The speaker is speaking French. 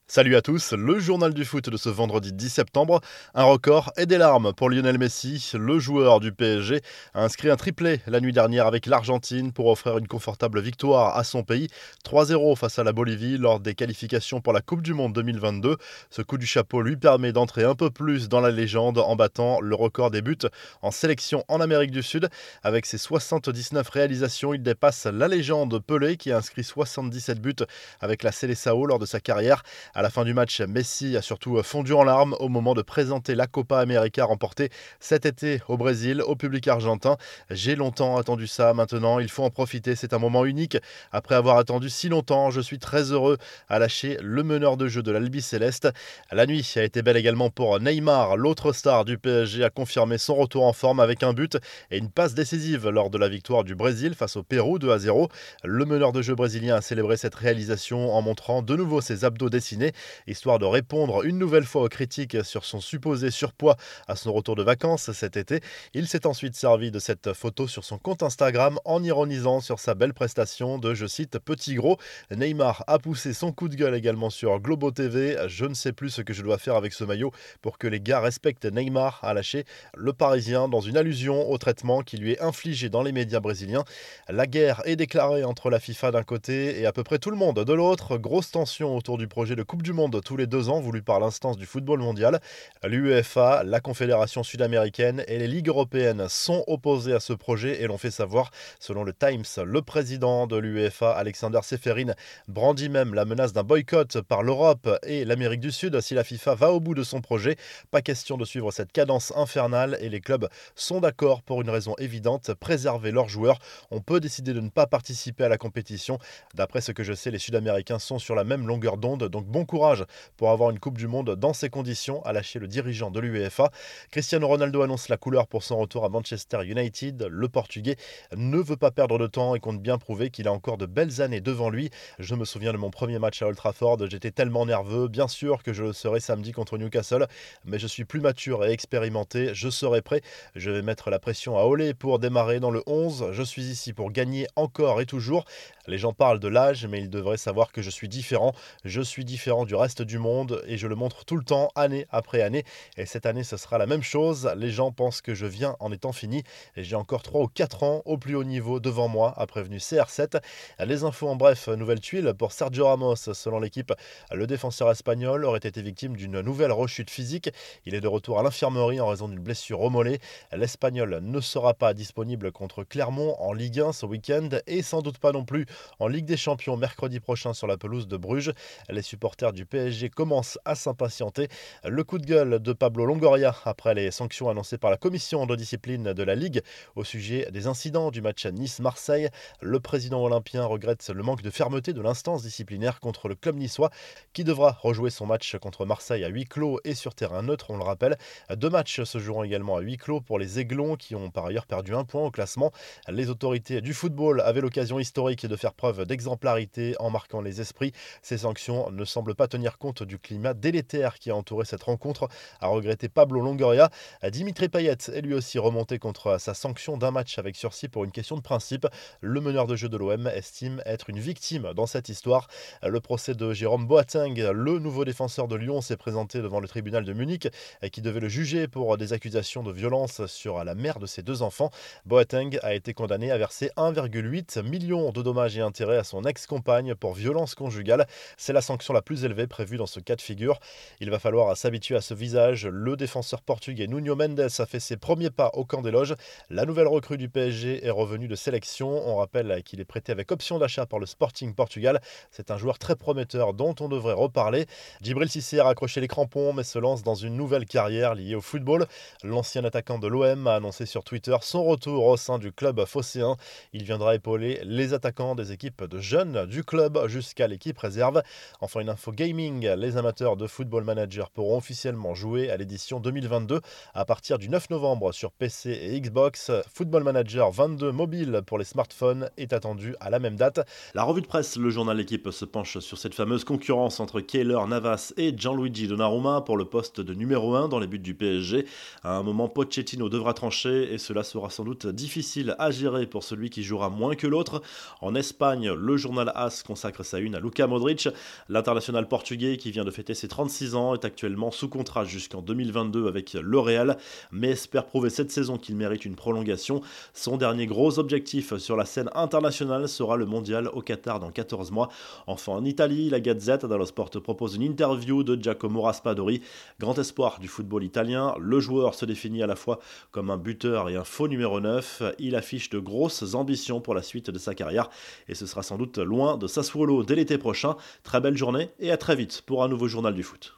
Salut à tous, le journal du foot de ce vendredi 10 septembre. Un record et des larmes pour Lionel Messi. Le joueur du PSG a inscrit un triplé la nuit dernière avec l'Argentine pour offrir une confortable victoire à son pays. 3-0 face à la Bolivie lors des qualifications pour la Coupe du Monde 2022. Ce coup du chapeau lui permet d'entrer un peu plus dans la légende en battant le record des buts en sélection en Amérique du Sud. Avec ses 79 réalisations, il dépasse la légende Pelé qui a inscrit 77 buts avec la Seleção lors de sa carrière. À la fin du match, Messi a surtout fondu en larmes au moment de présenter la Copa América remportée cet été au Brésil au public argentin. J'ai longtemps attendu ça, maintenant il faut en profiter, c'est un moment unique. Après avoir attendu si longtemps, je suis très heureux à lâcher le meneur de jeu de l'Albi Céleste. La nuit a été belle également pour Neymar, l'autre star du PSG a confirmé son retour en forme avec un but et une passe décisive lors de la victoire du Brésil face au Pérou 2-0. Le meneur de jeu brésilien a célébré cette réalisation en montrant de nouveau ses abdos dessinés, histoire de répondre une nouvelle fois aux critiques sur son supposé surpoids à son retour de vacances cet été. Il s'est ensuite servi de cette photo sur son compte Instagram en ironisant sur sa belle prestation de, je cite, petit gros. Neymar a poussé son coup de gueule également sur Globo TV. Je ne sais plus ce que je dois faire avec ce maillot pour que les gars respectent Neymar, a lâché le Parisien dans une allusion au traitement qui lui est infligé dans les médias brésiliens. La guerre est déclarée entre la FIFA d'un côté et à peu près tout le monde de l'autre. Grosse tension autour du projet de Coupe du Monde tous les 2 ans voulu par l'instance du football mondial. L'UEFA, la Confédération sud-américaine et les ligues européennes sont opposés à ce projet et l'ont fait savoir. Selon le Times, le président de l'UEFA, Alexander Seferin, brandit même la menace d'un boycott par l'Europe et l'Amérique du Sud si la FIFA va au bout de son projet. Pas question de suivre cette cadence infernale et les clubs sont d'accord pour une raison évidente, préserver leurs joueurs. On peut décider de ne pas participer à la compétition. D'après ce que je sais, les Sud-Américains sont sur la même longueur d'onde, donc bon courage pour avoir une Coupe du Monde dans ces conditions, a lâché le dirigeant de l'UEFA. Cristiano Ronaldo annonce la couleur pour son retour à Manchester United. Le Portugais ne veut pas perdre de temps et compte bien prouver qu'il a encore de belles années devant lui. Je me souviens de mon premier match à Old Trafford, j'étais tellement nerveux, bien sûr que je le serai samedi contre Newcastle, mais je suis plus mature et expérimenté, je serai prêt. Je vais mettre la pression à Olé pour démarrer dans le 11. Je suis ici pour gagner encore et toujours. Les gens parlent de l'âge, mais ils devraient savoir que je suis différent. Je suis différent du reste du monde et je le montre tout le temps, année après année. Et cette année, ce sera la même chose. Les gens pensent que je viens en étant fini. Et j'ai encore 3 ou 4 ans au plus haut niveau devant moi, a prévenu CR7. Les infos en bref, nouvelle tuile pour Sergio Ramos. Selon l'équipe, le défenseur espagnol aurait été victime d'une nouvelle rechute physique. Il est de retour à l'infirmerie en raison d'une blessure au mollet. L'Espagnol ne sera pas disponible contre Clermont en Ligue 1 ce week-end et sans doute pas non plus en Ligue des Champions mercredi prochain sur la pelouse de Bruges. Les supporters du PSG commencent à s'impatienter. Le coup de gueule de Pablo Longoria après les sanctions annoncées par la commission de discipline de la Ligue au sujet des incidents du match Nice-Marseille. Le président olympien regrette le manque de fermeté de l'instance disciplinaire contre le club niçois qui devra rejouer son match contre Marseille à huis clos et sur terrain neutre, on le rappelle. 2 matchs se joueront également à huis clos pour les Aiglons qui ont par ailleurs perdu 1 point au classement. Les autorités du football avaient l'occasion historique de faire preuve d'exemplarité en marquant les esprits. Ces sanctions ne semblent pas tenir compte du climat délétère qui a entouré cette rencontre, a regretté Pablo Longoria. Dimitri Payet est lui aussi remonté contre sa sanction d'un match avec sursis pour une question de principe. Le meneur de jeu de l'OM estime être une victime dans cette histoire. Le procès de Jérôme Boateng, le nouveau défenseur de Lyon, s'est présenté devant le tribunal de Munich qui devait le juger pour des accusations de violence sur la mère de ses 2 enfants. Boateng a été condamné à verser 1,8 million de dommages et intérêts à son ex-compagne pour violence conjugale. C'est la sanction la plus élevée prévue dans ce cas de figure. Il va falloir s'habituer à ce visage. Le défenseur portugais Nuno Mendes a fait ses premiers pas au camp des loges. La nouvelle recrue du PSG est revenue de sélection. On rappelle qu'il est prêté avec option d'achat par le Sporting Portugal. C'est un joueur très prometteur dont on devrait reparler. Djibril Cissé a raccroché les crampons mais se lance dans une nouvelle carrière liée au football. L'ancien attaquant de l'OM a annoncé sur Twitter son retour au sein du club phocéen. Il viendra épauler les attaquants des équipes de jeunes du club jusqu'à l'équipe réserve. Enfin, une info gaming, les amateurs de Football Manager pourront officiellement jouer à l'édition 2022 à partir du 9 novembre sur PC et Xbox. Football Manager 22 mobile pour les smartphones est attendu à la même date. La revue de presse, le journal L'équipe se penche sur cette fameuse concurrence entre Keylor Navas et Gianluigi Donnarumma pour le poste de numéro 1 dans les buts du PSG. À un moment, Pochettino devra trancher et cela sera sans doute difficile à gérer pour celui qui jouera moins que l'autre. En Espagne, le journal AS consacre sa une à Luka Modric. L'international L'international portugais qui vient de fêter ses 36 ans est actuellement sous contrat jusqu'en 2022 avec le Real, mais espère prouver cette saison qu'il mérite une prolongation. Son dernier gros objectif sur la scène internationale sera le mondial au Qatar dans 14 mois. Enfin en Italie, la Gazette dello Sport propose une interview de Giacomo Raspadori, grand espoir du football italien. Le joueur se définit à la fois comme un buteur et un faux numéro 9. Il affiche de grosses ambitions pour la suite de sa carrière et ce sera sans doute loin de Sassuolo dès l'été prochain. Très belle journée et à très vite pour un nouveau journal du foot.